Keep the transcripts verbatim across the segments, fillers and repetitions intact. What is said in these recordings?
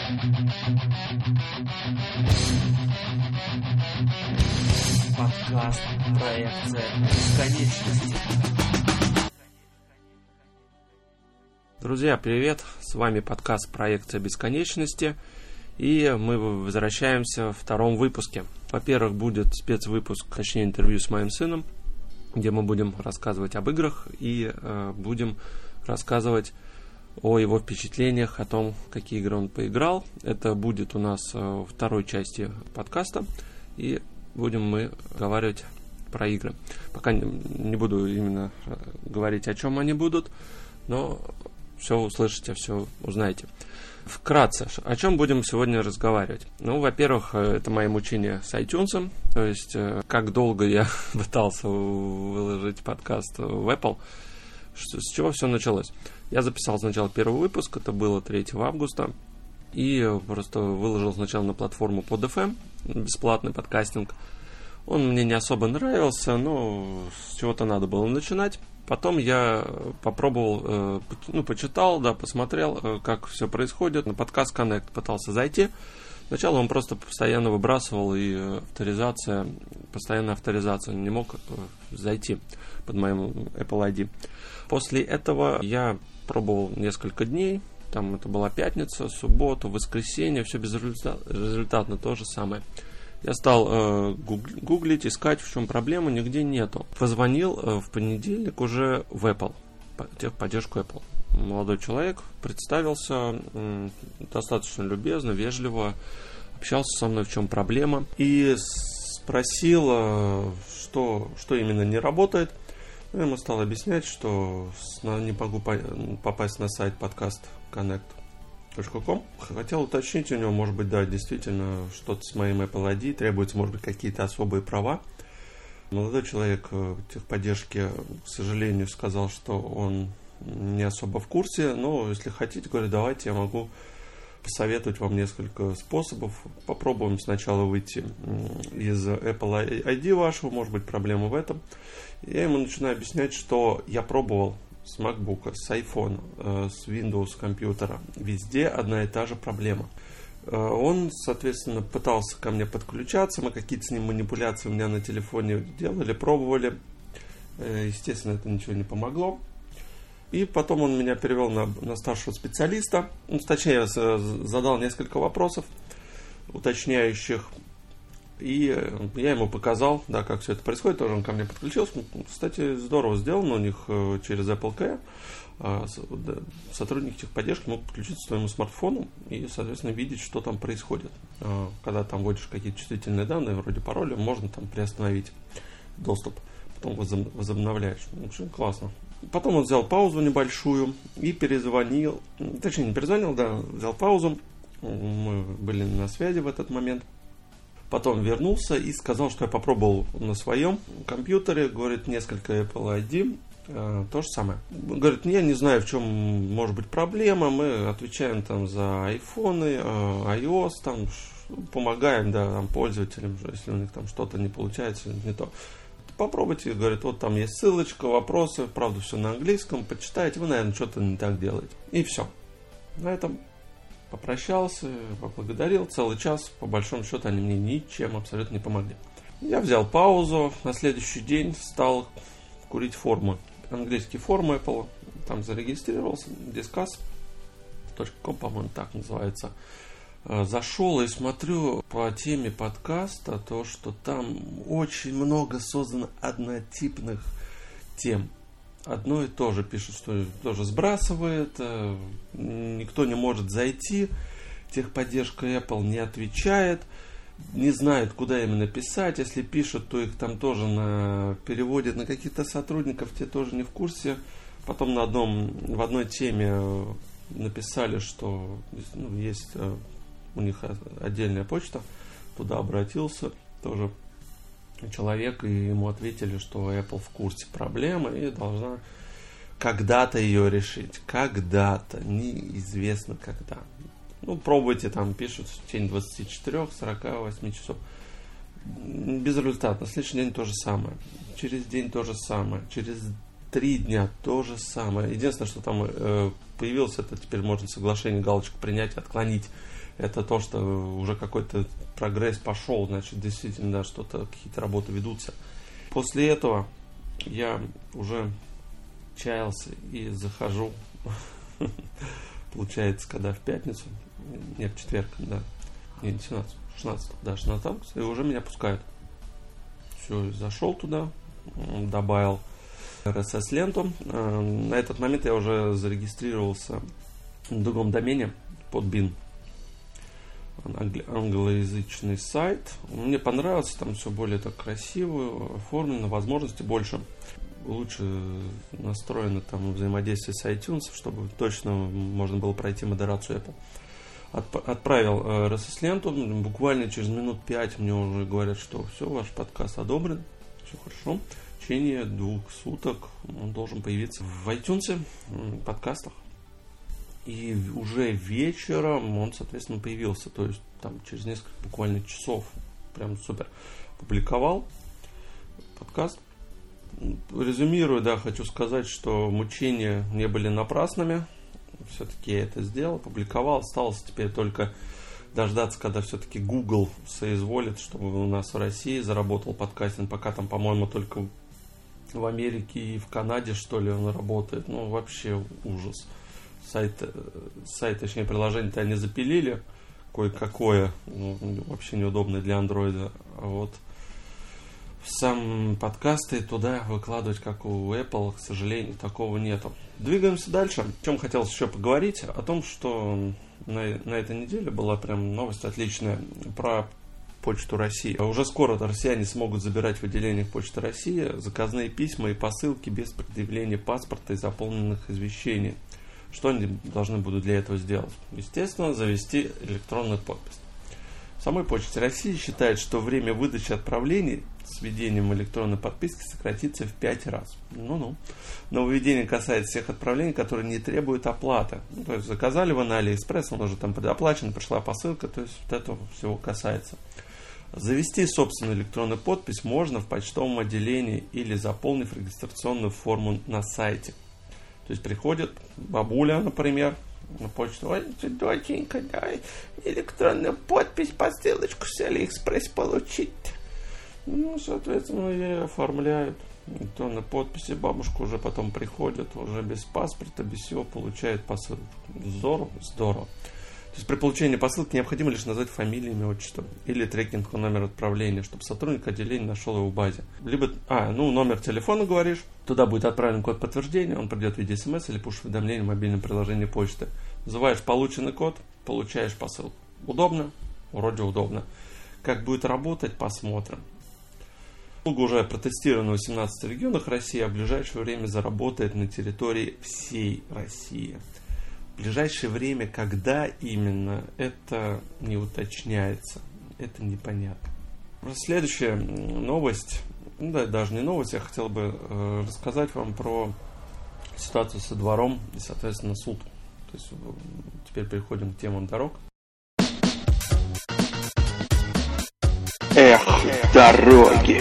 Подкаст «Проекция бесконечности». Друзья, привет! С вами подкаст «Проекция бесконечности». И мы возвращаемся во втором выпуске. Во-первых, будет спецвыпуск, точнее интервью с моим сыном, где мы будем рассказывать об играх и э, будем рассказывать о его впечатлениях, о том, какие игры он поиграл. Это будет у нас во второй части подкаста, и будем мы говорить про игры. Пока не буду именно говорить, о чем они будут, но все услышите, все узнаете. Вкратце, о чем будем сегодня разговаривать? Ну, во-первых, это мои мучения с iTunes, то есть как долго я пытался выложить подкаст в Apple, с чего все началось. Я записал сначала первый выпуск, это было третьего августа, и просто выложил сначала на платформу под эф эм, бесплатный подкастинг. Он мне не особо нравился, но с чего-то надо было начинать. Потом я попробовал, ну, почитал, да, посмотрел, как все происходит. На подкаст Connect пытался зайти. Сначала он просто постоянно выбрасывал, и авторизация, постоянная авторизация, не мог зайти под моим Apple ай ди. После этого я пробовал несколько дней. Там это была пятница, суббота, воскресенье, все безрезультатно, то же самое. Я стал э, гуглить, искать, в чем проблема, нигде нету. Позвонил э, в понедельник уже в Apple, техподдержку Apple. Молодой человек представился, э, достаточно любезно, вежливо, общался со мной, в чем проблема. И спросил, э, что, что именно не работает. Я ему стал объяснять, что не могу попасть на сайт подкаст коннект точка ком. Хотел уточнить у него, может быть, да, действительно, что-то с моим Apple ай ди, требуются, может быть, какие-то особые права. Молодой человек техподдержки, к сожалению, сказал, что он не особо в курсе, но если хотите, говорю, давайте, я могу посоветовать вам несколько способов. Попробуем сначала выйти из Apple ай ди вашего, может быть, проблема в этом. Я ему начинаю объяснять, что я пробовал с MacBook, с iPhone, с Windows компьютера. Везде одна и та же проблема. Он, соответственно, пытался ко мне подключаться. Мы какие-то с ним манипуляции у меня на телефоне делали, пробовали. Естественно, это ничего не помогло. И потом он меня перевел на, на старшего специалиста. Ну, точнее, я задал несколько вопросов уточняющих. И я ему показал, да, как все это происходит. Тоже он ко мне подключился. Кстати, здорово сделано у них через Apple Care. Сотрудник техподдержки мог подключиться к своему смартфону и, соответственно, видеть, что там происходит. Когда там вводишь какие-то чувствительные данные, вроде пароля, можно там приостановить доступ. Потом возобновляешь. Очень классно. Потом он взял паузу небольшую и перезвонил. Точнее, не перезвонил, да, взял паузу. Мы были на связи в этот момент. Потом вернулся и сказал, что я попробовал на своем компьютере. Говорит, несколько Apple ай ди. Э, то же самое. Говорит, я не знаю, в чем может быть проблема. Мы отвечаем там за айфоны, э, iOS, там, помогаем, да, там, пользователям, если у них там что-то не получается, не то. Попробуйте, говорит, вот там есть ссылочка, вопросы, правда, все на английском, почитайте, вы, наверное, что-то не так делаете. И все. На этом попрощался, поблагодарил. Целый час, по большому счету, они мне ничем абсолютно не помогли. Я взял паузу, на следующий день стал курить формы. Английские формы Apple, там зарегистрировался, discuss точка ком, по-моему, так называется. Зашел и смотрю по теме подкаста, то, что там очень много создано однотипных тем. Одно и то же пишут, что тоже сбрасывает, никто не может зайти, техподдержка Apple не отвечает, не знают, куда именно писать. Если пишут, то их там тоже на, переводят на каких-то сотрудников, те тоже не в курсе. Потом на одном, в одной теме написали, что ну, есть у них отдельная почта, туда обратился тоже человек, и ему ответили, что Apple в курсе проблемы и должна когда-то ее решить. Когда-то, неизвестно когда. Ну, пробуйте, там пишут в течение двадцати четырёх - сорока восьми часов. Безрезультатно. На следующий день то же самое. Через день то же самое. Через три дня то же самое. Единственное, что там э, появилось, это теперь можно соглашение, галочку принять, отклонить это то, что уже какой-то прогресс пошел, значит, действительно, да, что-то, какие-то работы ведутся. После этого я уже чаялся и захожу, получается, когда в пятницу, не в четверг, да, не, не семнадцатого, шестнадцатого, да, шестнадцатого августа, и уже меня пускают. Все, зашел туда, добавил эр эс эс-ленту. На этот момент я уже зарегистрировался в другом домене под бин. Англоязычный сайт. Мне понравился, там все более так красиво, оформлено, возможности больше. Лучше настроено там взаимодействие с iTunes, чтобы точно можно было пройти модерацию Apple. Отп- отправил эр эс эс-ленту, буквально через минут пять мне уже говорят, что все, ваш подкаст одобрен, все хорошо. В течение двух суток он должен появиться в iTunes, в подкастах. И уже вечером он, соответственно, появился. То есть там через несколько буквально часов. Прям супер. Публиковал подкаст. Резюмируя, да, хочу сказать, что мучения не были напрасными. Все-таки я это сделал, публиковал. Осталось теперь только дождаться, когда все-таки Google соизволит, чтобы у нас в России заработал подкастинг. Пока там, по-моему, только в Америке и в Канаде, что ли, он работает. Ну, вообще ужас. Сайт, сайт, точнее, приложение-то они запилили кое-какое, ну, вообще неудобное для андроида. А вот сам подкасты туда выкладывать, как у Apple, к сожалению, такого нету. Двигаемся дальше. О чем хотелось еще поговорить? О том, что на, на этой неделе была прям новость отличная про Почту России. Уже скоро россияне смогут забирать в отделениях Почты России заказные письма и посылки без предъявления паспорта и заполненных извещений. Что они должны будут для этого сделать? Естественно, завести электронную подпись. В самой Почте России считает, что время выдачи отправлений с введением электронной подписки сократится в пять раз. Ну-ну. Нововведение касается всех отправлений, которые не требуют оплаты. Ну, то есть заказали вы на Алиэкспресс, он уже там предоплачен, пришла посылка, то есть вот этого всего касается. Завести собственную электронную подпись можно в почтовом отделении или заполнив регистрационную форму на сайте. То есть приходит бабуля, например, на почту: ой, доченька, дай электронную подпись, посылочку с Алиэкспресс получить. Ну, соответственно, ей оформляют электронную подпись, и бабушка уже потом приходит, уже без паспорта, без всего, получает посылку. Здорово, здорово. То есть при получении посылки необходимо лишь назвать фамилию, имя, отчество или трекинг номер отправления, чтобы сотрудник отделения нашел его в базе. Либо, а, ну, номер телефона говоришь, туда будет отправлен код подтверждения, он придет в виде смс или пуш-уведомления в мобильном приложении почты. Называешь полученный код, получаешь посылку. Удобно? Вроде удобно. Как будет работать, посмотрим. Услуга уже протестирована в восемнадцати регионах России, а в ближайшее время заработает на территории всей России. В ближайшее время, когда именно, это не уточняется, это непонятно. Следующая новость, ну да, даже не новость, я хотел бы э, рассказать вам про ситуацию со двором и, соответственно, суд. То есть теперь переходим к темам дорог. Эх, дороги!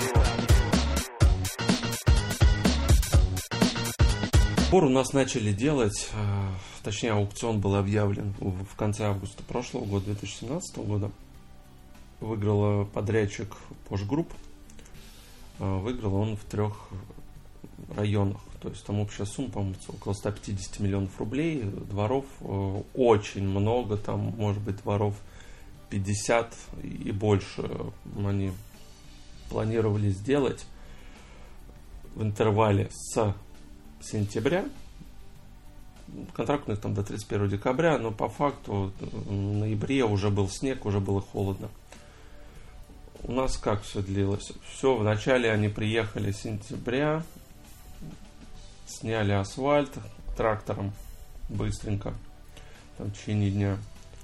Двор у нас начали делать, точнее аукцион был объявлен в конце августа прошлого года, две тысячи семнадцатого года. Выиграл подрядчик Posh Group. Выиграл он в трех районах. То есть там общая сумма, по-моему, около сто пятьдесят миллионов рублей. Дворов очень много, там может быть дворов пятьдесят и больше они планировали сделать в интервале с сентября. Контракт у них там до тридцать первого декабря, но по факту в ноябре уже был снег, уже было холодно. У нас как все длилось? Все, вначале они приехали с сентября, сняли асфальт трактором быстренько, там в течение дня.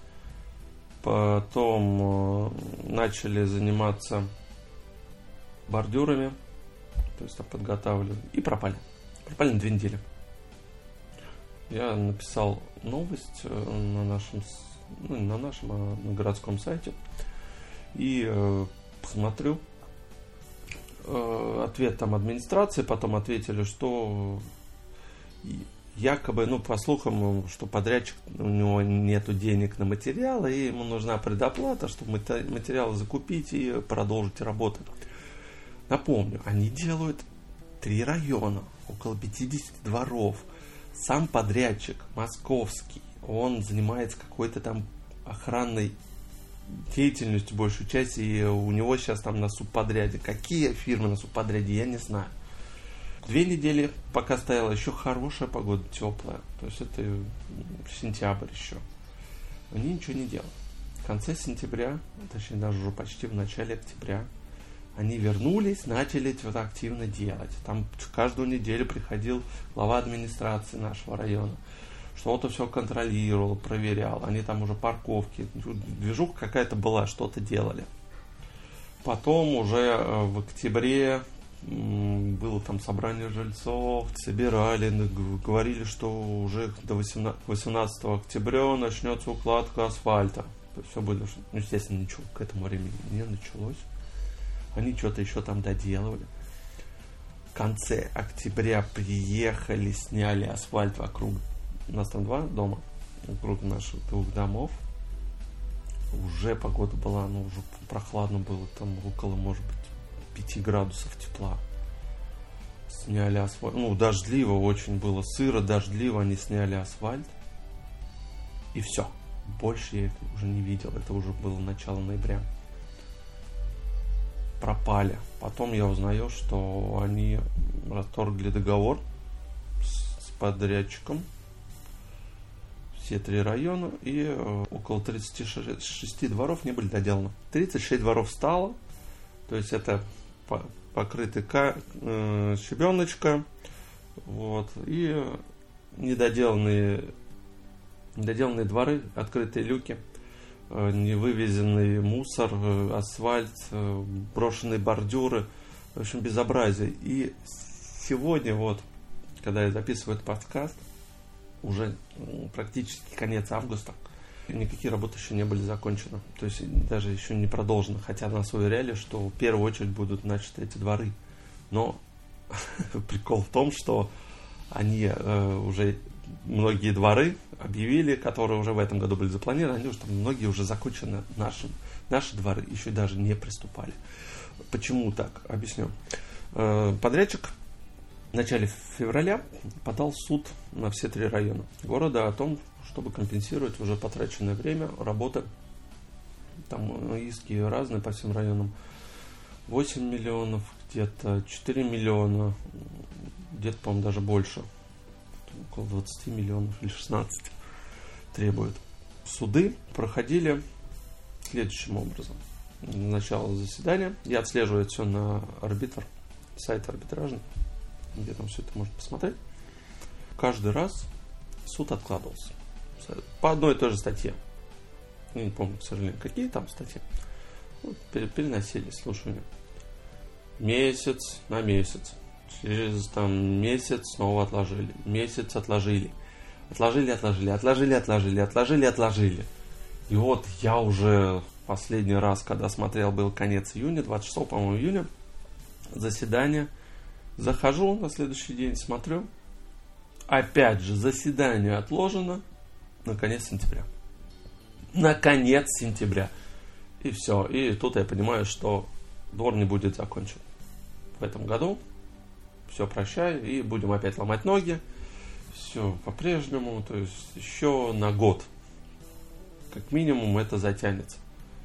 Потом э, начали заниматься бордюрами, то есть там подготавливали, и пропали. Пропали на две недели. Я написал новость на нашем, ну, не на нашем, а на городском сайте. И э, посмотрю э, ответ там администрации. Потом ответили, что якобы, ну, по слухам, что подрядчик, у него нету денег на материалы, и ему нужна предоплата, чтобы материалы закупить и продолжить работу. Напомню, они делают три района, около пятьдесят дворов. Сам подрядчик московский, он занимается какой-то там охранной деятельностью большую часть, и у него сейчас там на субподряде. Какие фирмы на субподряде, я не знаю. Две недели, пока стояла еще хорошая погода, теплая. То есть это сентябрь еще. Они ничего не делали. В конце сентября, точнее даже уже почти в начале октября, они вернулись, начали это активно делать. Там каждую неделю приходил глава администрации нашего района. Что-то все контролировал, проверял. Они там уже парковки, движуха какая-то была, что-то делали. Потом уже в октябре было там собрание жильцов, собирали, говорили, что уже до восемнадцатого октября начнется укладка асфальта. То есть все было, ну, естественно, ничего к этому времени не началось. Они что-то еще там доделывали. В конце октября приехали, сняли асфальт вокруг. У нас там два дома, вокруг наших двух домов. Уже погода была, ну, уже прохладно было, там около, может быть, пяти градусов тепла. Сняли асфальт. Ну, дождливо очень было, сыро, дождливо, они сняли асфальт. И все. Больше я их уже не видел. Это уже было начало ноября. Пропали. Потом я узнаю, что они расторгли договор с, с подрядчиком. Все три района. И э, около тридцати шести дворов не были доделаны. тридцать шесть дворов стало. То есть это по, покрытый ка, э, щебеночка. Вот. И недоделанные, недоделанные дворы, открытые люки. Невывезенный мусор, асфальт, брошенные бордюры, в общем, безобразие. И сегодня, вот, когда я записываю этот подкаст, уже практически конец августа, никакие работы еще не были закончены, то есть даже еще не продолжены, хотя нас уверяли, что в первую очередь будут начаты эти дворы. Но прикол в том, что они э, уже многие дворы объявили, которые уже в этом году были запланированы, они уже там многие уже закончены, наши, наши дворы еще даже не приступали. Почему так? Объясню. Подрядчик в начале февраля подал в суд на все три района города о том, чтобы компенсировать уже потраченное время работы. Там иски разные по всем районам. восемь миллионов, где-то четыре миллиона, где-то, по-моему, даже больше. Около двадцать миллионов или шестнадцать требуют. Суды проходили следующим образом. Начало заседания. Я отслеживаю это все на арбитр, сайт арбитражный, где там все это можно посмотреть. Каждый раз суд откладывался. По одной и той же статье. Я не помню, к сожалению, какие там статьи. Вот, переносили слушания. Месяц на месяц. Через там месяц снова отложили. Месяц отложили. Отложили, отложили, отложили, отложили, отложили, отложили. И вот я уже последний раз, когда смотрел, был конец июня, двадцать шестого, по-моему, июня, заседание. Захожу на следующий день, смотрю. Опять же, заседание отложено на конец сентября. На конец сентября. И все. И тут я понимаю, что двор не будет закончен в этом году. Все, прощай, и будем опять ломать ноги. Все по-прежнему, то есть еще на год. Как минимум это затянется.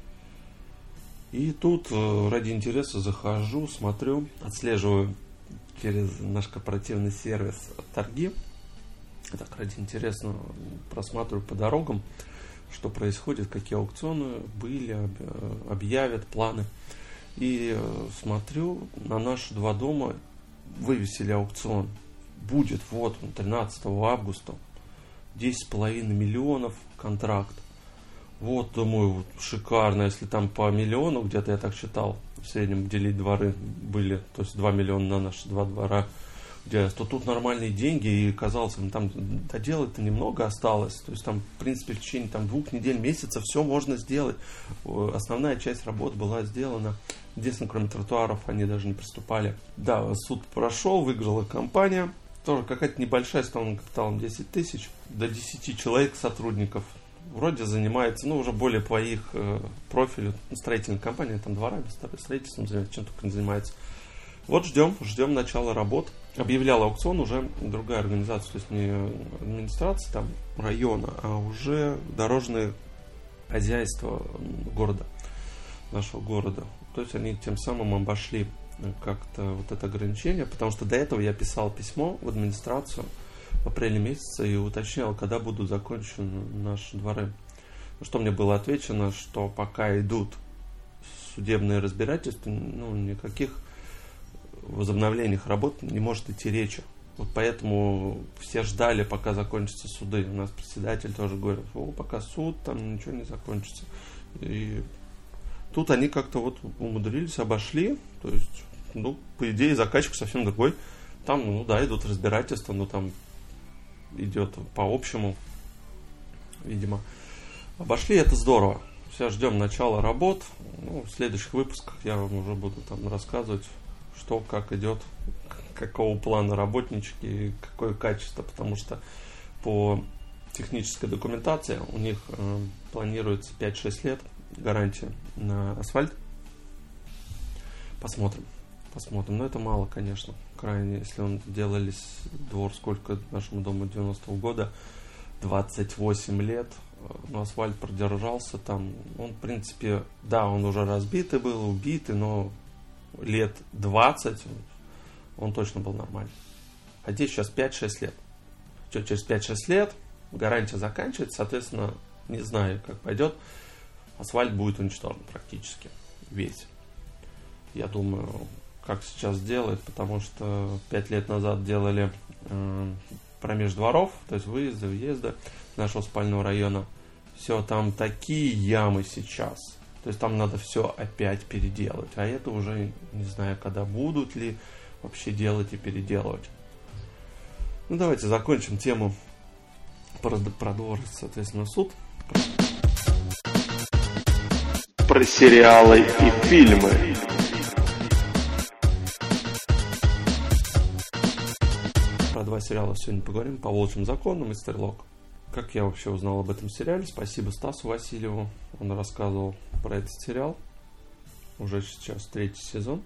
И тут ради интереса захожу, смотрю, отслеживаю через наш корпоративный сервис торги. Так, ради интереса просматриваю по дорогам, что происходит, какие аукционы были, объявят, планы. И смотрю, на наши два дома вывесили аукцион. Будет вот тринадцатого августа. десять с половиной миллионов контракт. Вот, думаю, вот, шикарно. Если там по миллиону, где-то я так считал, в среднем делить дворы были, то есть два миллиона на наши два двора, где, то тут нормальные деньги, и казалось, там доделать-то немного осталось. То есть там, в принципе, в течение там, двух недель, месяца все можно сделать. Основная часть работ была сделана. Единственное, кроме тротуаров, они даже не приступали. Да, суд прошел, выиграла компания. тоже какая-то небольшая, с основным капиталом десять тысяч, до десяти человек сотрудников. Вроде занимается, ну, уже более по их э, профилю, строительная компания, там дворами, строительством занимается, чем только не занимается. Вот ждем, ждем начала работ. Объявлял аукцион уже другая организация, то есть не администрация там района, а уже дорожное хозяйство города, нашего города. То есть они тем самым обошли как-то вот это ограничение, потому что до этого я писал письмо в администрацию в апреле месяце и уточнял, когда будут закончены наши дворы. На что мне было отвечено, что пока идут судебные разбирательства, ну, никаких возобновлениях работ не может идти речи. Вот поэтому все ждали, пока закончатся суды. У нас председатель тоже говорит, о, пока суд, там ничего не закончится. И тут они как-то вот умудрились, обошли. То есть, ну, по идее, заказчик совсем другой. Там, ну да, идут разбирательства, но там идет по общему, видимо. Обошли, это здорово. Сейчас ждем начала работ. Ну, в следующих выпусках я вам уже буду там рассказывать, что, как идет, какого плана работнички и какое качество, потому что по технической документации у них э, планируется пять-шесть лет гарантия на асфальт. Посмотрим, посмотрим. Но это мало, конечно, крайне, если он делались двор сколько нашему дому девяностого года, двадцать восемь лет, но асфальт продержался там. Он, в принципе, да, он уже разбитый был, убитый, но лет двадцать он точно был нормальный. А здесь сейчас пять-шесть лет. Что, через пять-шесть лет гарантия заканчивается, соответственно, не знаю, как пойдет, асфальт будет уничтожен практически весь. Я думаю, как сейчас делают, потому что пять лет назад делали э, промеж дворов, то есть выезды, въезды нашего спального района. Все, там такие ямы сейчас. То есть там надо все опять переделать. А это уже не знаю, когда будут ли вообще делать и переделывать. Ну, давайте закончим тему про, про двор, соответственно, суд. Про сериалы и фильмы. Про два сериала сегодня поговорим. По волчьим законам и Стрелок. Как я вообще узнал об этом сериале? Спасибо Стасу Васильеву. Он рассказывал про этот сериал. Уже сейчас третий сезон.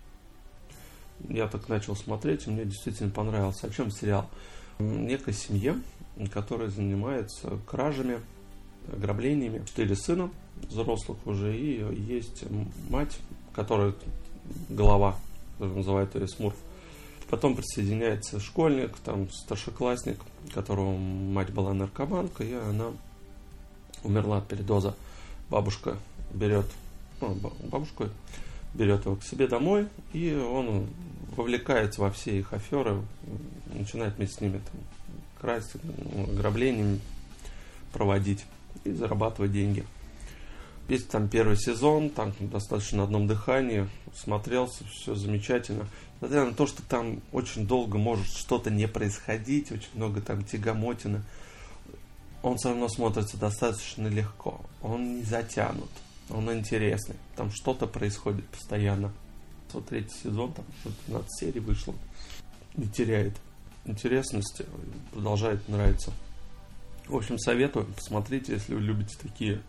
Я так начал смотреть, и мне действительно понравился. О чем сериал? Некой семье, которая занимается кражами, ограблениями. Четыре сына взрослых уже, и есть мать, которая глава, называют ее Смурф. Потом присоединяется школьник, там старшеклассник, у которого мать была наркоманка, и она умерла от передоза. Бабушка берет, ну, бабушку берет его к себе домой, и он вовлекается во все их аферы, начинает вместе с ними там красть, ограблениями проводить и зарабатывать деньги. Весь там первый сезон, там достаточно на одном дыхании, смотрелся, все замечательно. Несмотря на то, что там очень долго может что-то не происходить, очень много там тягомотины, он все равно смотрится достаточно легко. Он не затянут, он интересный. Там что-то происходит постоянно. Вот третий сезон, там двенадцать серий вышло. Не теряет интересности, продолжает нравиться. В общем, советую, посмотрите, если вы любите такие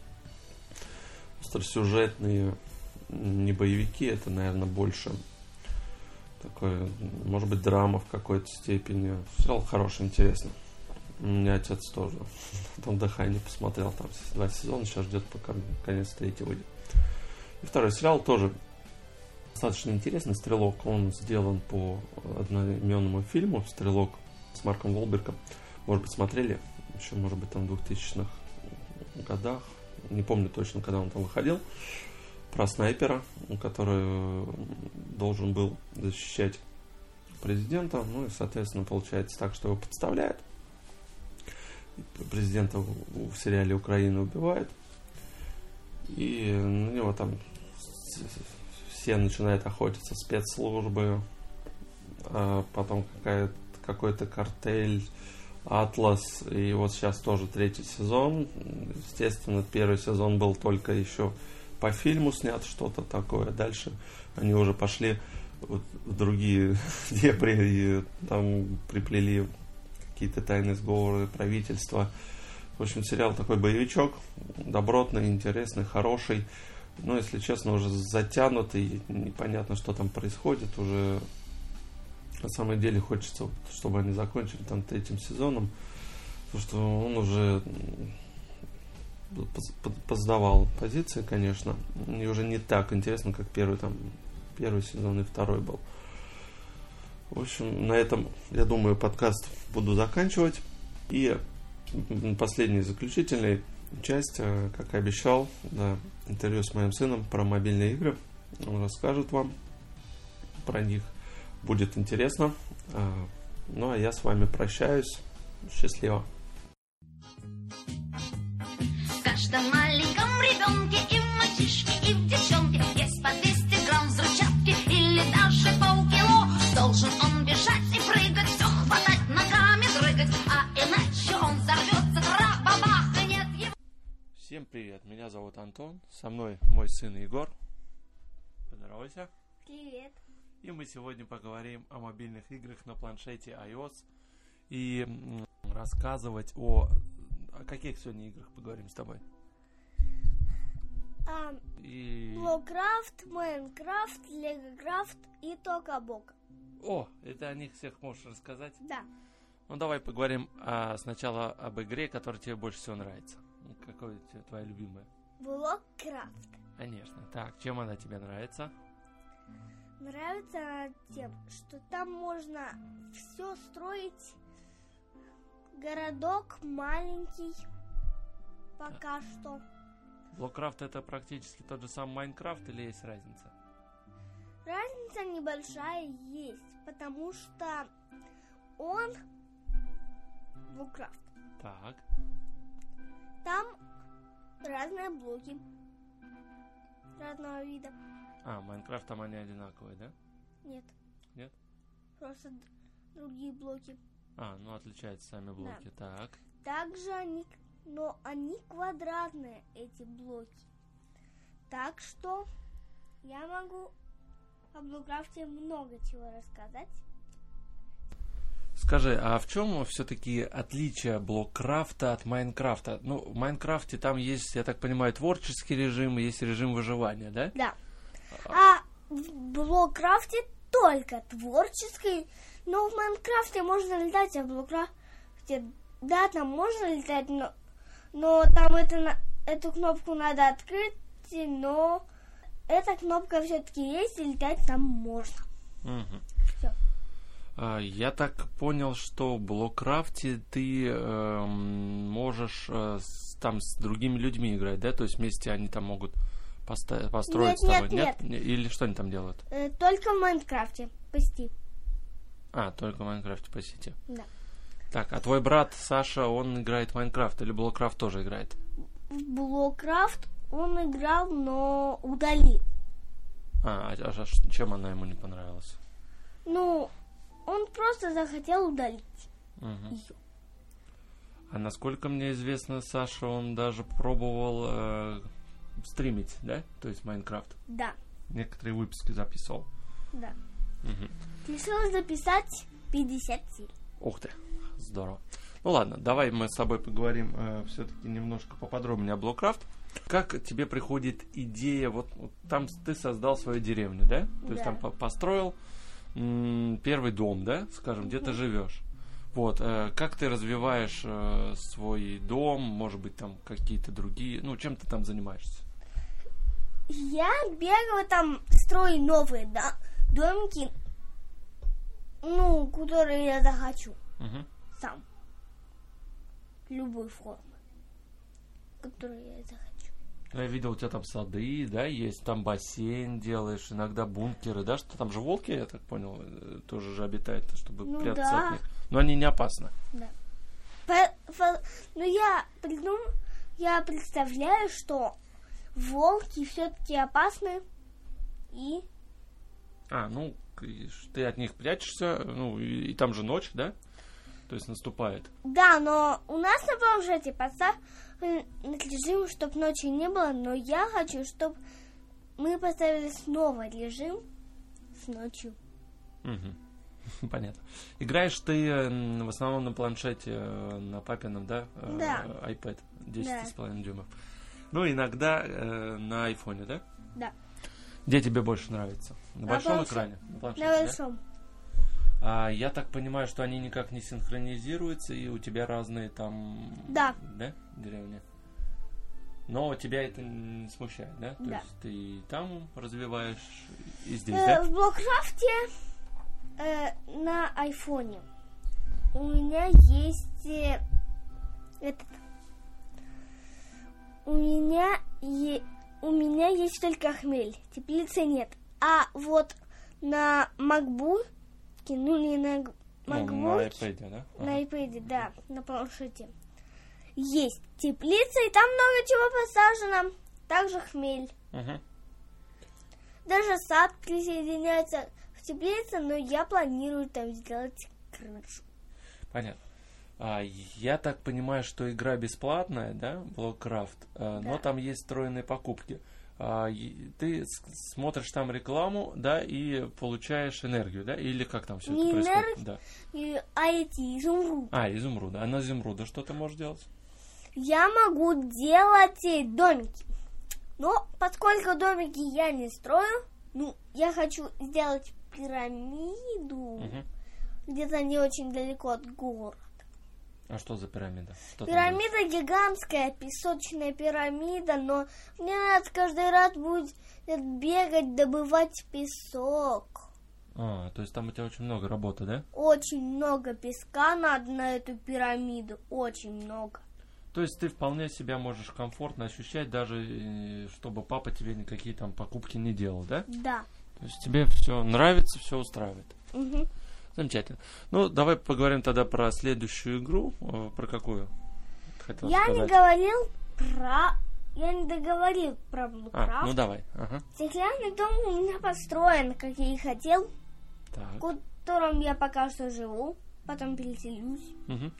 остросюжетные, не боевики, это, наверное, больше такое, может быть, драма в какой-то степени. Сериал хороший, интересный. У меня отец тоже там «Дыхание» посмотрел, там два сезона, сейчас ждет, пока конец третий выйдет. И второй сериал тоже достаточно интересный, «Стрелок». Он сделан по одноименному фильму «Стрелок» с Марком Уолбергом. Может быть, смотрели еще, может быть, там в двухтысячных годах. Не помню точно, когда он там выходил. Про снайпера, который должен был защищать президента. Ну и, соответственно, получается так, что его подставляют. Президента в сериале «Украина» убивают. И на него там все начинают охотиться, спецслужбы. А потом какая-то, какой-то картель, Атлас. И вот сейчас тоже третий сезон. Естественно, первый сезон был только еще по фильму снят, что-то такое. Дальше они уже пошли вот другие дебри, там приплели какие-то тайные сговоры правительства. В общем, сериал такой боевичок, добротный, интересный, хороший. Но, если честно, уже затянутый, непонятно, что там происходит. Уже на самом деле хочется, чтобы они закончили там третьим сезоном. Потому что он уже поздавал позиции, конечно. И уже не так интересно, как первый, там, первый сезон и второй был. В общем, на этом, я думаю, подкаст буду заканчивать. И последняя заключительная часть, как и обещал, да, интервью с моим сыном про мобильные игры. Он расскажет вам про них. Будет интересно. Ну, а я с вами прощаюсь. Счастливо. В каждом маленьком ребенке и в мальчишке, и в девчонке есть по двести грамм взрывчатки или даже полкило. Должен он бежать и прыгать, все хватать, ногами дрыгать, а иначе он взорвется, тра-бабах, и нет его. Всем привет, меня зовут Антон, со мной мой сын Егор. Поздоровайся. Привет. И мы сегодня поговорим о мобильных играх на планшете iOS и рассказывать о... О каких сегодня играх поговорим с тобой? А, и... Блокрафт, Майнкрафт, Легокрафт и Токабок. О, это о них всех можешь рассказать? Да. Ну, давай поговорим а, сначала об игре, которая тебе больше всего нравится. Какая твоя любимая? Блокрафт. Конечно. Так, чем она тебе нравится? Нравится она тем, что там можно все строить. Городок маленький пока а. что. Блокрафт это практически тот же самый Майнкрафт или есть разница? Разница небольшая есть, потому что он Блокрафт. Так. Там разные блоки разного вида. А, Майнкрафт там они одинаковые, да? Нет. Нет? Просто д- другие блоки. А, ну отличаются сами блоки, да. Так. Также они, но они квадратные, эти блоки. Так что я могу о Блокрафте много чего рассказать. Скажи, а в чем все-таки отличие Блокрафта от Майнкрафта? Ну, в Майнкрафте там есть, я так понимаю, творческий режим, и есть режим выживания, да? Да. А в Блокрафте только творческий. Но в Майнкрафте можно летать, а в Блокрафте, да, там можно летать, но, но там это, эту кнопку надо открыть, но эта кнопка все-таки есть, и летать там можно. Угу. Все. А, я так понял, что в Блокрафте ты э, можешь э, с, там с другими людьми играть, да? То есть вместе они там могут поста- построить нет, с тобой, нет, нет? Или что они там делают? Э, только в Майнкрафте, почти. А, только в Майнкрафте по сети. Да. Так, а твой брат Саша, он играет в Майнкрафт или Блокрафт тоже играет? В Блокрафт он играл, но удалил. А, а, а чем она ему не понравилась? Ну, он просто захотел удалить Угу. ее. А насколько мне известно, Саша, он даже пробовал э, стримить, да? То есть Майнкрафт. Да, Некоторые выпуски записывал. да. Угу. Решил записать пятьдесят серий. Ух ты, здорово. Ну ладно, давай мы с тобой поговорим э, все-таки немножко поподробнее о Блокрафт. Как тебе приходит идея, вот, вот там ты создал свою деревню, да? То Да. есть там по- построил м- первый дом, да, скажем, где ты живешь. Вот, э, как ты развиваешь э, свой дом, может быть, там какие-то другие, ну, чем ты там занимаешься? Я бегаю там, строю новые да, домики, ну, которые я захочу Угу. сам. Любой формы, которую я захочу. Я видел, у тебя там сады, да, есть, там бассейн делаешь, иногда бункеры, да, что там же волки, я так понял, э, тоже же обитают, чтобы Ну прятаться да. от них. Но они не опасны. Да. По- по- ну, я придум, я представляю, что волки все-таки опасны и... А, ну, к- ты от них прячешься, ну, и, и там же ночь, да? То есть наступает. Да, но у нас на планшете поставлен режим, чтобы ночи не было, но я хочу, чтобы мы поставили снова режим с ночью. Угу. Понятно. Играешь ты м, в основном на планшете, э, на папином, да? Э, Да. iPad десять с половиной Да. дюймов. Ну, иногда э, на айфоне, да? Да. Где тебе больше нравится? На, На большом планшете. экране? На планшете, На да? большом. А, я так понимаю, что они никак не синхронизируются, и у тебя разные там... Да. Да? Деревни. Но тебя это не смущает, да? То Да. есть ты и там развиваешь, и здесь, Э, да? В Блокрафте э, на айфоне у меня есть э, этот. У меня е- у меня есть только хмель, теплицы нет. А вот на MacBook, ну не на г- Ну, на MacBook, iPad, да? на Ага. iPad, да, на планшете. Есть теплица, и там много чего посажено. Также хмель. Мгм. Даже сад присоединяется в теплице, но я планирую там сделать крышу. Понятно. А, я так понимаю, что игра бесплатная, да, Blockraft, а, но Да. там есть встроенные покупки. А, и ты с- смотришь там рекламу, да, и получаешь энергию, да, или как там все Не это происходит? энергию. Да. И, а эти изумруды. А, изумруда. А на изумруда что ты можешь делать? Я могу делать э, домики. Но поскольку домики я не строю, ну, я хочу сделать пирамиду Мгм. где-то не очень далеко от города. А что за пирамида? Что там Пирамида гигантская, песочная пирамида, но мне надо каждый раз будет бегать, добывать песок. будет? А, то есть там у тебя очень много работы, да? Очень много песка надо на эту пирамиду, очень много. То есть ты вполне себя можешь комфортно ощущать, даже э, чтобы папа тебе никакие там покупки не делал, да? Да. То есть тебе все нравится, все устраивает. Мгм. Замечательно. Ну, давай поговорим тогда про следующую игру. Э, Про какую? Ты хотела Я не сказать? говорил про... Я не договорил про А, Блукрафт. ну давай. Ага. Стеклянный дом у меня построен, как я и хотел, Так. в котором я пока что живу, потом переселюсь. Мгм.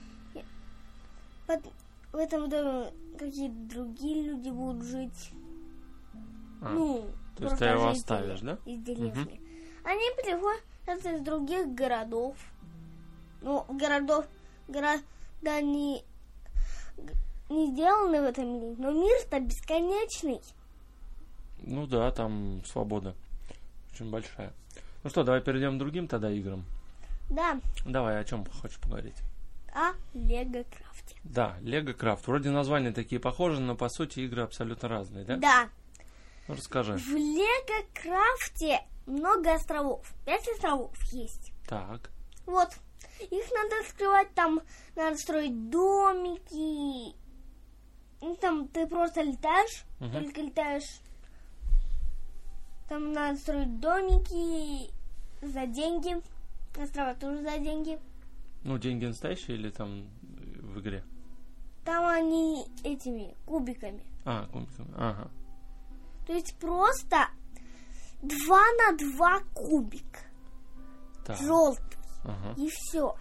Пот- В этом доме какие-то другие люди будут жить. А, ну, то есть просто ты его жители оставишь, да? из деревни. Они приходят из других городов. Ну, городов, города не, не сделаны в этом мире, но мир-то бесконечный. Ну да, там свобода очень большая. Ну что, давай перейдем к другим тогда играм. Да, Давай, о чем хочешь поговорить? о Лего Крафте. Да, Лего Крафт. Вроде названия такие похожи, но по сути игры абсолютно разные, да? Да. Ну расскажи. В Лего Крафте много островов. Пять островов есть. Так. Вот. Их надо открывать, там надо строить домики. Ну, там ты просто летаешь, Мгм. только летаешь. Там надо строить домики за деньги. Острова тоже за деньги. Ну, деньги настоящие или там э, в игре? Там они этими кубиками. А, кубиками. Ага. То есть просто два на два кубик. Так. Желтый. Ага. И все.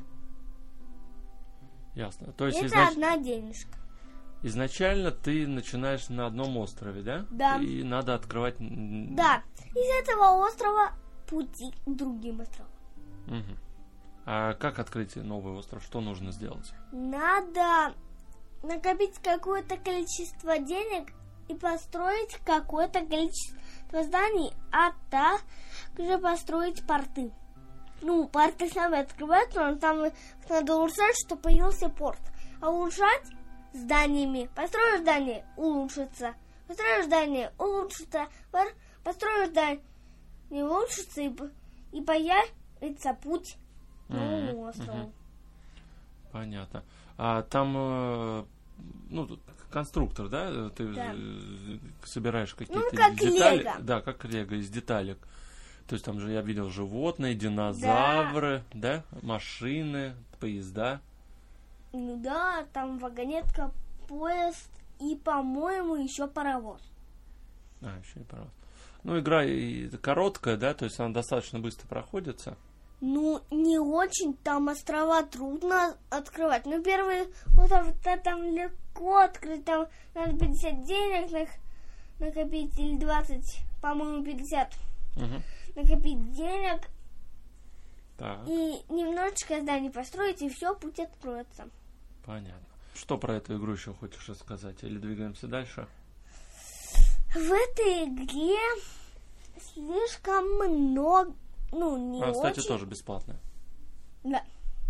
Ясно. То есть Это изнач- одна денежка. изначально ты начинаешь на одном острове, да? Да. И надо открывать... м, Да. Из этого острова пути к другим островам. Мгм. А как открыть новый остров? Что нужно сделать? Надо накопить какое-то количество денег и построить какое-то количество зданий, а также построить порты. Ну, порты сами открываются, но там их надо улучшать, чтобы появился порт. А улучшать зданиями. Построишь здание, улучшится. Построишь здание, улучшится. Пор- Построишь здание, улучшится, и, п- и появится путь к новому Мгм, острову. мгм. Понятно. А там, э, ну, тут конструктор, да? Ты Да. э, собираешь какие-то Ну, как детали. Лего. Да, как лего, из деталек. То есть там же я видел животные, динозавры, да, машины, поезда. Ну да, там вагонетка, поезд и, по-моему, еще паровоз. А, еще и пожалуйста. Ну, игра и короткая, да, то есть она достаточно быстро проходится. Ну, не очень, там острова трудно открывать. Ну, первый остров там легко открыть, там надо пятьдесят денег нах- накопить, или двадцать, по-моему, пятьдесят. Мгм. накопить денег Так, и немножечко зданий построить, и все, путь откроется. понятно. Что про эту игру еще хочешь рассказать? Или двигаемся дальше? В этой игре слишком много, ну, не А, кстати, очень. тоже бесплатная. Да.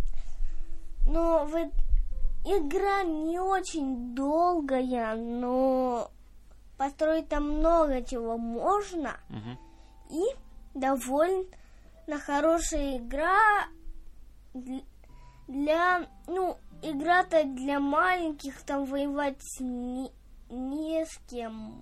Но в... э- игра не очень долгая, но построить там много чего можно. Мгм. И довольно хорошая игра дл- для, ну, игра-то для маленьких, там воевать не, не с кем.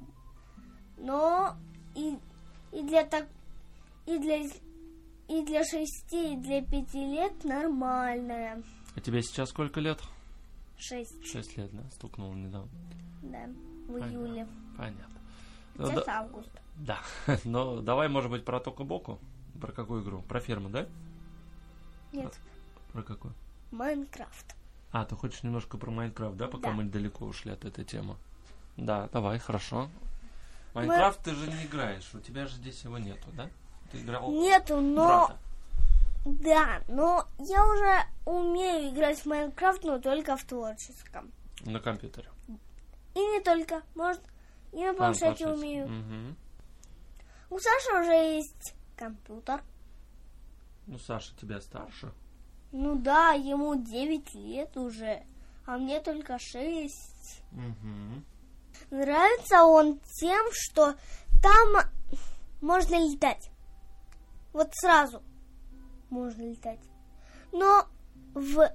Но и, и для так и для и для шести, и для пяти лет нормальная. А тебе сейчас сколько лет? Шесть, Шесть лет, да? Стукнуло недавно. да, в Понятно. июле. Понятно. Ну, Сейчас да, август. да. Но давай, может быть, про Токо-Боку? Про какую игру? Про ферму, да? Нет, Про какую? Майнкрафт. А, ты хочешь немножко про Майнкрафт, да, пока Да. мы далеко ушли от этой темы? Да, давай, хорошо. Майнкрафт ты же не играешь, у тебя же здесь его нету, да? Ты играл Нету, но... брата. Да, но я уже умею играть в Майнкрафт, но только в творческом. На компьютере. И не только, может, и на А, планшете планшете. умею. Мгм. У Саши уже есть компьютер. Ну, Саша тебя старше. Ну да, ему девять лет уже, а мне только шесть. Мгм. Нравится он тем, что там можно летать. Вот сразу можно летать. Но в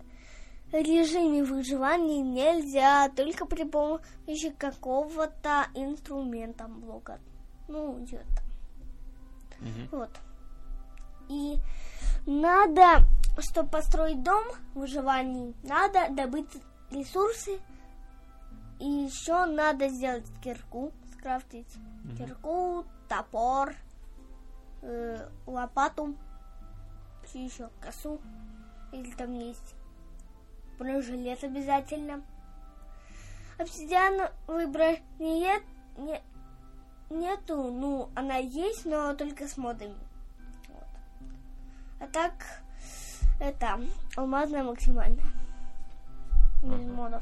режиме выживания нельзя, только при помощи какого-то инструмента блока. Ну, идет. Мгм. Вот. И надо, чтобы построить дом в выживании, надо добыть ресурсы. И еще надо сделать кирку, скрафтить. Мгм. Кирку, топор, э, лопату, что еще, косу. Или там есть бронежилет обязательно. Обсидиан выбрать нет, не, нету, ну, она есть, но только с модами. Вот. А так, это алмазная максимальная. Без Ага. модов.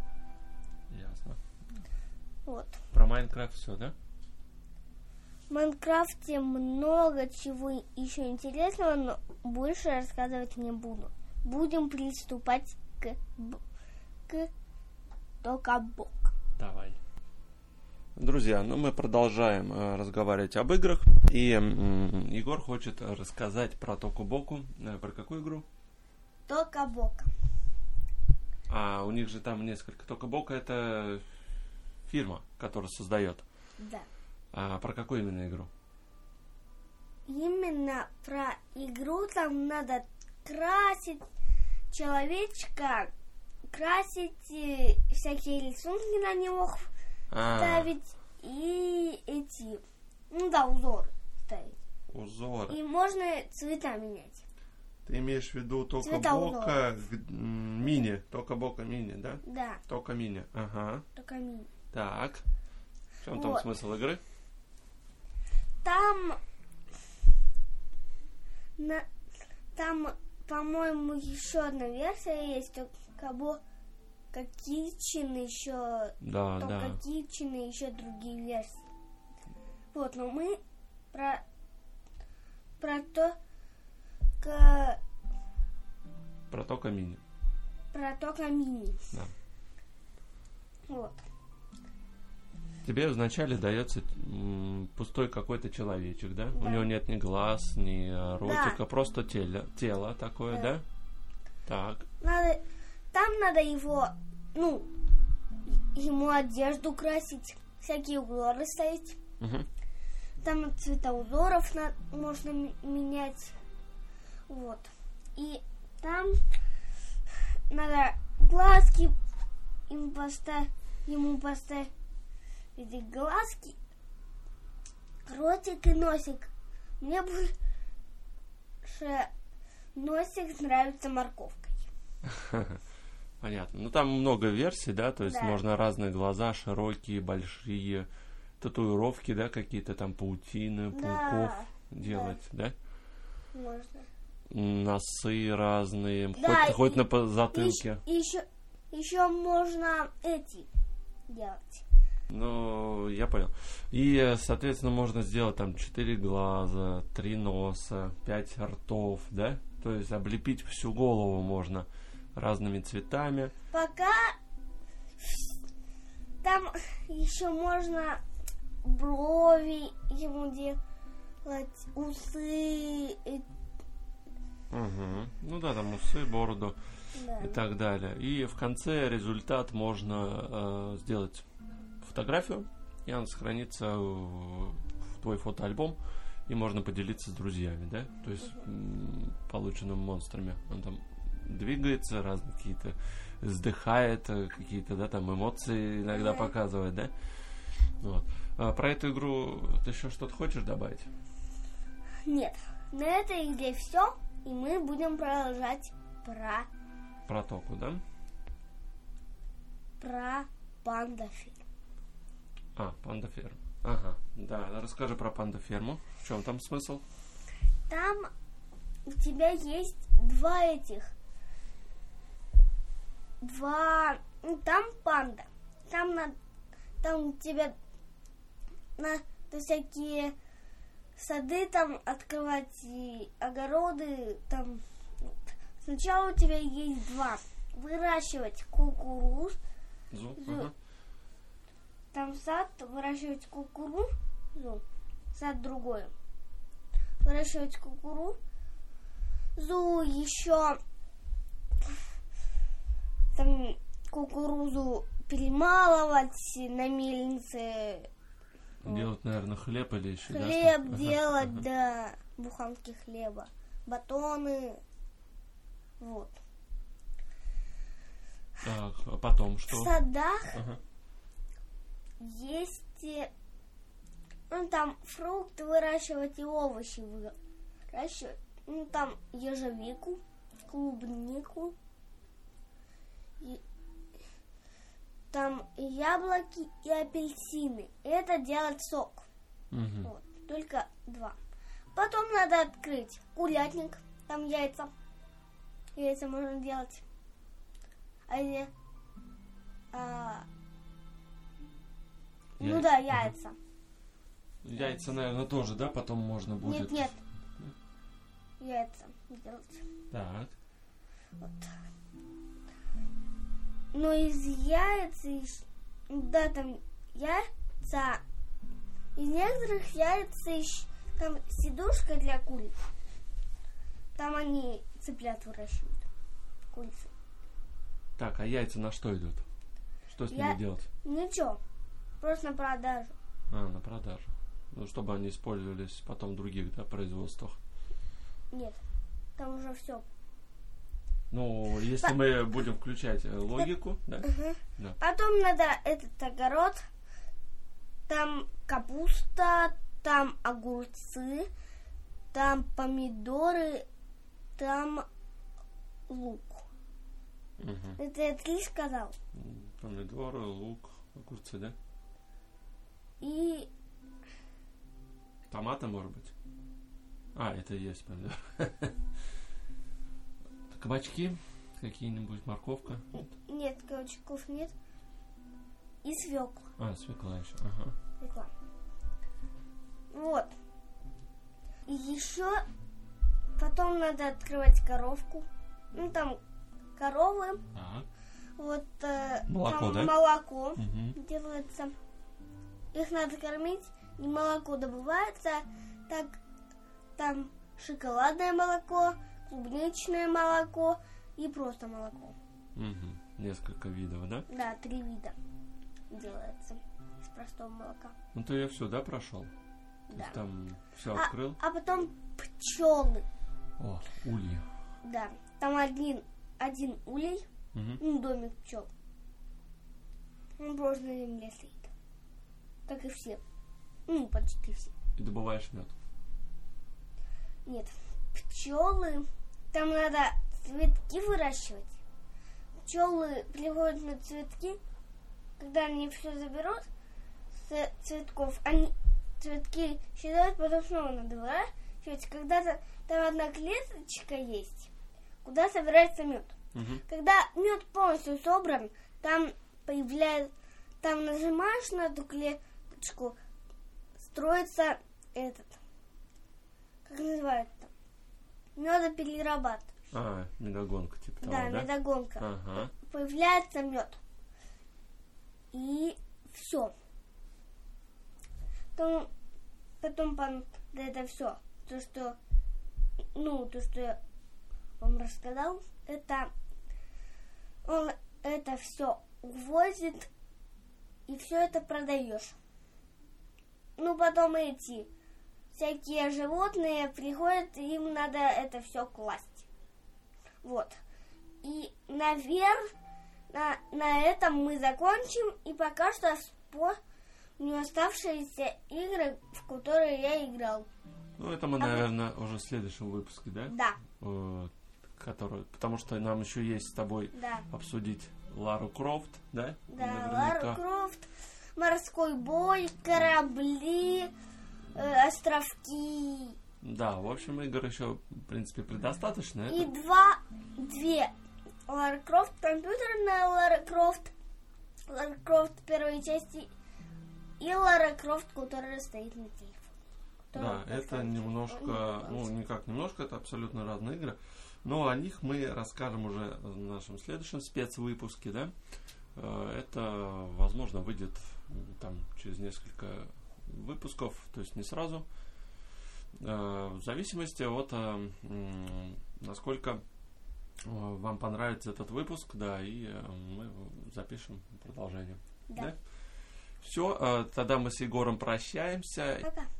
Ясно. Вот. Про Майнкрафт все, да? В Майнкрафте много чего еще интересного, но больше рассказывать не буду. Будем приступать к, б- к Токо-Боку. Давай. Друзья, ну мы продолжаем э, разговаривать об играх. И м, Егор хочет рассказать про Токо-Боку. Э, про какую игру? Токо-Бока. А у них же там несколько. Токо-Бока это фирма, которая создает. Да. А про какую именно игру? Именно про игру там надо красить человечка, красить э, всякие рисунки на него А, ставить и эти, ну да, узоры ставить. узоры. И можно цвета менять. Ты имеешь в виду Цвета Токо-Бока г- м, мини? Токо-Бока мини, да? Да, Токо мини. Ага. только мини. Так. В чем там Вот. смысл игры? Там, на, там, по-моему, еще одна версия есть, только Бока Китчен еще, Да, только да. Китчен и еще другие версии. Вот, но мы про про то, к, Про Токо мини. про Токо мини. Да. Вот. Тебе вначале дается м, пустой какой-то человечек, да? У Да. него нет ни глаз, ни э, ротика, Да. просто тело, тело такое, да? Да. Так. Надо, там надо его, ну, ему одежду красить, всякие узоры ставить. Мгм. Там цвета узоров на- можно м- менять. Вот. И там надо глазки им поставить, ему поставить эти глазки, ротик и носик. Мне больше носик нравится морковкой. Понятно. Ну там много версий, да? То есть Да. можно разные глаза, широкие, большие, татуировки, да, какие-то там паутины, пауков Да, делать, да? Можно. Носы разные, Да, хоть, хоть и- на по- затылке. Еще, еще можно эти делать. Ну, я понял. И, соответственно, можно сделать там четыре глаза, три носа, пять ртов, да? То есть облепить всю голову можно разными цветами. Пока там еще можно брови ему делать, усы. и- Угу. Ну да, там усы, бороду да. и так далее. И в конце результат можно э, сделать фотографию, и она сохранится в, в твой фотоальбом, и можно поделиться с друзьями, да? То есть м, полученным монстрами. Он там двигается, разные какие-то, вздыхает, э, какие-то, да, там эмоции иногда Ага. показывает, да? Вот. А про эту игру ты еще что-то хочешь добавить? Нет, на этой игре все, и мы будем продолжать про, Про току, да? про пандафи. А, панда ферм. Ага, да, расскажи про панда ферму. В чем там смысл? Там у тебя есть два этих. Два. Ну, там панда. Там на. Там у тебя надо всякие сады там открывать и огороды. Там. Сначала у тебя есть два. Выращивать кукурузу. Зу? Зу. Ага. Там сад, выращивать кукурузу, сад другой. Выращивать кукурузу, еще там кукурузу перемалывать на мельнице, Делать, наверное, хлеб или еще, да, хлеб что-то? Ага, делать, ага. да, буханки хлеба, батоны, вот. Так, а потом В что? садах Ага. есть, э, ну, там фрукты выращивать и овощи выращивать. Ну, там ежевику, клубнику, и, там и яблоки и апельсины. И это делать сок. Мгм. Вот, только два. Потом надо открыть курятник, там яйца. Яйца можно делать. А где? А, ну Яйца. да, Ага. яйца. Яйца, наверное, тоже, да, потом можно будет. Нет, нет. Яйца делать. Так. Вот. Но из яиц, из- да, там яйца, из некоторых яиц ещё там сидушка для куриц. Там они цыплят выращивают. Курицы. Так, а яйца на что идут? Что с Я- ними делать? Ничего. Просто на продажу. А, на продажу. Ну, чтобы они использовались потом в других, да, производствах. Нет. Там уже все. Ну, если мы будем включать э, логику, да? Да. Потом надо этот огород. Там капуста, там огурцы, там помидоры, там лук. Мгм. Это я три сказал. М, Помидоры, лук, огурцы, да? И Томаты, может быть? А, это и есть помидор. Кабачки какие-нибудь, морковка? Нет? нет, кабачков нет. И свекла. А, свекла еще. Ага. Свекла. Вот. И еще потом надо открывать коровку. Ну там коровы. Так. Вот э, Молоко, там да? молоко Мгм. делается. Их надо кормить. И молоко добывается. Так там шоколадное молоко, клубничное молоко и просто молоко. Мгм. Несколько видов, да? Да, три вида делается из простого молока. Ну, то я все, да, прошел? То Да. есть там все А, открыл? а потом пчелы. О, ульи. Да. Там один, один улей, Мгм. ну, домик пчел. Он просто на земле стоит. Как и все. Ну, почти все. И добываешь мед. Нет. Пчелы. Там надо цветки выращивать. Пчелы приходят на цветки. Когда они все заберут, ц- цветков. Они цветки считают, потом снова надо выворачивать. Когда-то там одна клеточка есть, куда собирается мед. Мгм. Когда мед полностью собран, там появляется, там нажимаешь на эту клеточку, строится этот, как называется, медоперерабатывающий. А, медогонка типа того, Да, да? медогонка. Ага. Появляется мед. И все. Потом, потом пон- да, это все. То, что, ну, то, что я вам рассказал, это он это все увозит и все это продаешь. Ну, потом эти всякие животные приходят, и им надо это все класть. Вот. И наверх на, на этом мы закончим. И пока что вспомню оставшиеся игры, в которые я играл. Ну, это мы, наверное, уже в следующем выпуске, да? Да, Э, который, потому что нам еще есть с тобой да. обсудить Лару Крофт, да? Да, Наверняка. Лара Крофт, морской бой, корабли, э, островки. Да, в общем, игр еще, в принципе, предостаточно. И Это- два, две Лара Крофт, компьютерная Лара Крофт, Лара Крофт первой части и Лара Крофт, которая стоит на телефоне. Да, Которая это поставить немножко, телефон. ну, никак немножко, это абсолютно разные игры. Но о них мы расскажем уже в нашем следующем спецвыпуске, да? Э, Это, возможно, выйдет м, там через несколько выпусков, то есть не сразу. Э, В зависимости от э, м, насколько э, вам понравится этот выпуск, да, и э, мы запишем продолжение. Да. Все, тогда мы с Егором прощаемся. Пока.